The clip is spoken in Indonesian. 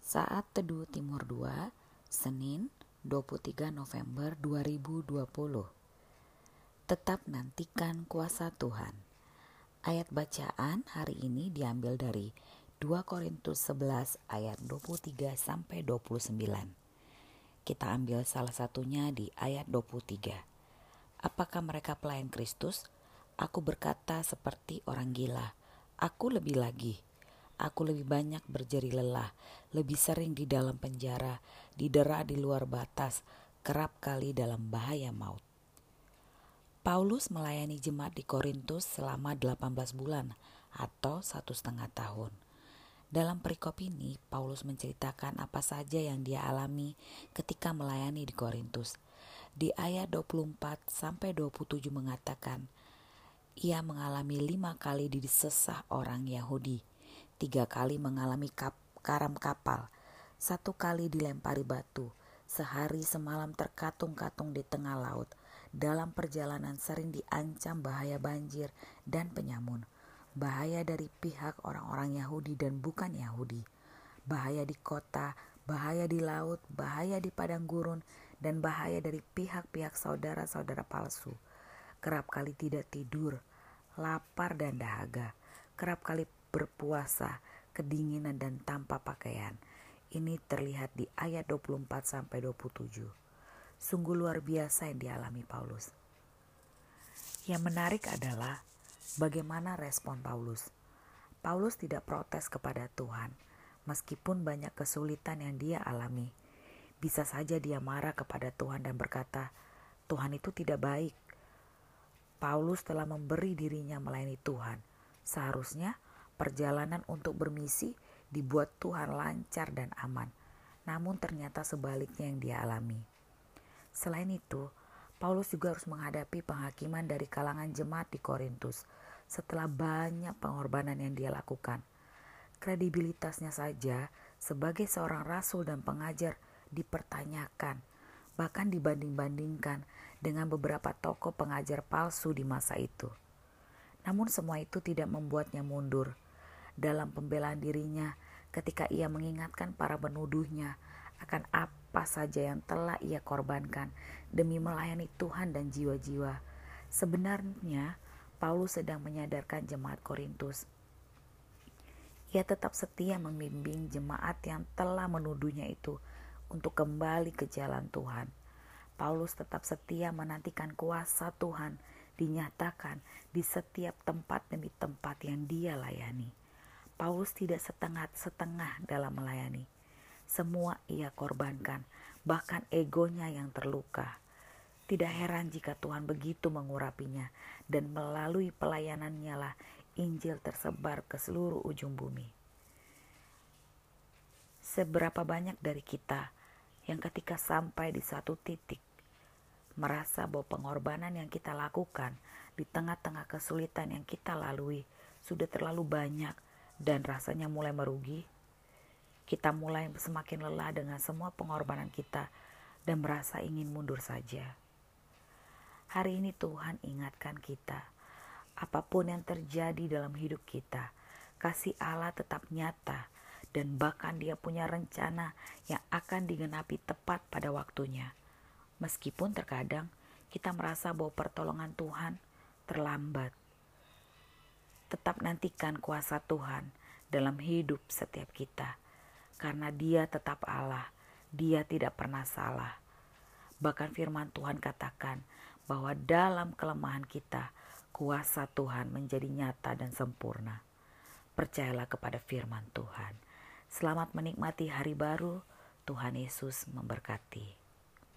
Saat Teduh Timur 2, Senin 23 November 2020. Tetap nantikan kuasa Tuhan. Ayat bacaan hari ini diambil dari 2 Korintus 11 ayat 23 sampai 29. Kita ambil salah satunya di ayat 23. Apakah mereka pelayan Kristus? Aku berkata seperti orang gila. Aku lebih lagi. Aku lebih banyak berjeri lelah, lebih sering di dalam penjara, didera di luar batas, kerap kali dalam bahaya maut. Paulus melayani jemaat di Korintus selama 18 bulan atau 1,5 tahun. Dalam perikop ini, Paulus menceritakan apa saja yang dia alami ketika melayani di Korintus. Di ayat 24-27 mengatakan, ia mengalami 5 kali disesah orang Yahudi, 3 kali mengalami karam kapal, 1 kali dilempari batu, sehari semalam terkatung-katung di tengah laut. Dalam perjalanan sering diancam bahaya banjir dan penyamun, bahaya dari pihak orang-orang Yahudi dan bukan Yahudi, bahaya di kota, bahaya di laut, bahaya di padang gurun, dan bahaya dari pihak-pihak saudara-saudara palsu. Kerap kali tidak tidur, lapar dan dahaga, kerap kali berpuasa, kedinginan dan tanpa pakaian. Ini terlihat di ayat 24-27. Sungguh luar biasa yang dialami Paulus. Yang menarik adalah bagaimana respon Paulus. Paulus tidak protes kepada Tuhan, meskipun banyak kesulitan yang dia alami. Bisa saja dia marah kepada Tuhan dan berkata, Tuhan itu tidak baik. Paulus telah memberi dirinya melayani Tuhan. Seharusnya perjalanan untuk bermisi dibuat Tuhan lancar dan aman. Namun ternyata sebaliknya yang dia alami. Selain itu, Paulus juga harus menghadapi penghakiman dari kalangan jemaat di Korintus setelah banyak pengorbanan yang dia lakukan. Kredibilitasnya saja sebagai seorang rasul dan pengajar dipertanyakan, bahkan dibanding-bandingkan dengan beberapa tokoh pengajar palsu di masa itu. Namun semua itu tidak membuatnya mundur dalam pembelaan dirinya ketika ia mengingatkan para penuduhnya akan apa saja yang telah ia korbankan demi melayani Tuhan dan jiwa-jiwa. Sebenarnya Paulus sedang menyadarkan jemaat Korintus. Ia tetap setia membimbing jemaat yang telah menuduhnya itu untuk kembali ke jalan Tuhan. Paulus tetap setia menantikan kuasa Tuhan dinyatakan di setiap tempat demi tempat yang dia layani. Paulus tidak setengah-setengah dalam melayani. Semua ia korbankan, bahkan egonya yang terluka. Tidak heran jika Tuhan begitu mengurapinya dan melalui pelayanannya lah Injil tersebar ke seluruh ujung bumi. Seberapa banyak dari kita yang ketika sampai di satu titik merasa bahwa pengorbanan yang kita lakukan di tengah-tengah kesulitan yang kita lalui sudah terlalu banyak dan rasanya mulai merugi. Kita mulai semakin lelah dengan semua pengorbanan kita dan merasa ingin mundur saja. Hari ini Tuhan ingatkan kita, apapun yang terjadi dalam hidup kita, kasih Allah tetap nyata dan bahkan Dia punya rencana yang akan digenapi tepat pada waktunya. Meskipun terkadang kita merasa bahwa pertolongan Tuhan terlambat. Tetap nantikan kuasa Tuhan dalam hidup setiap kita. Karena Dia tetap Allah, Dia tidak pernah salah. Bahkan firman Tuhan katakan bahwa dalam kelemahan kita, kuasa Tuhan menjadi nyata dan sempurna. Percayalah kepada firman Tuhan. Selamat menikmati hari baru, Tuhan Yesus memberkati.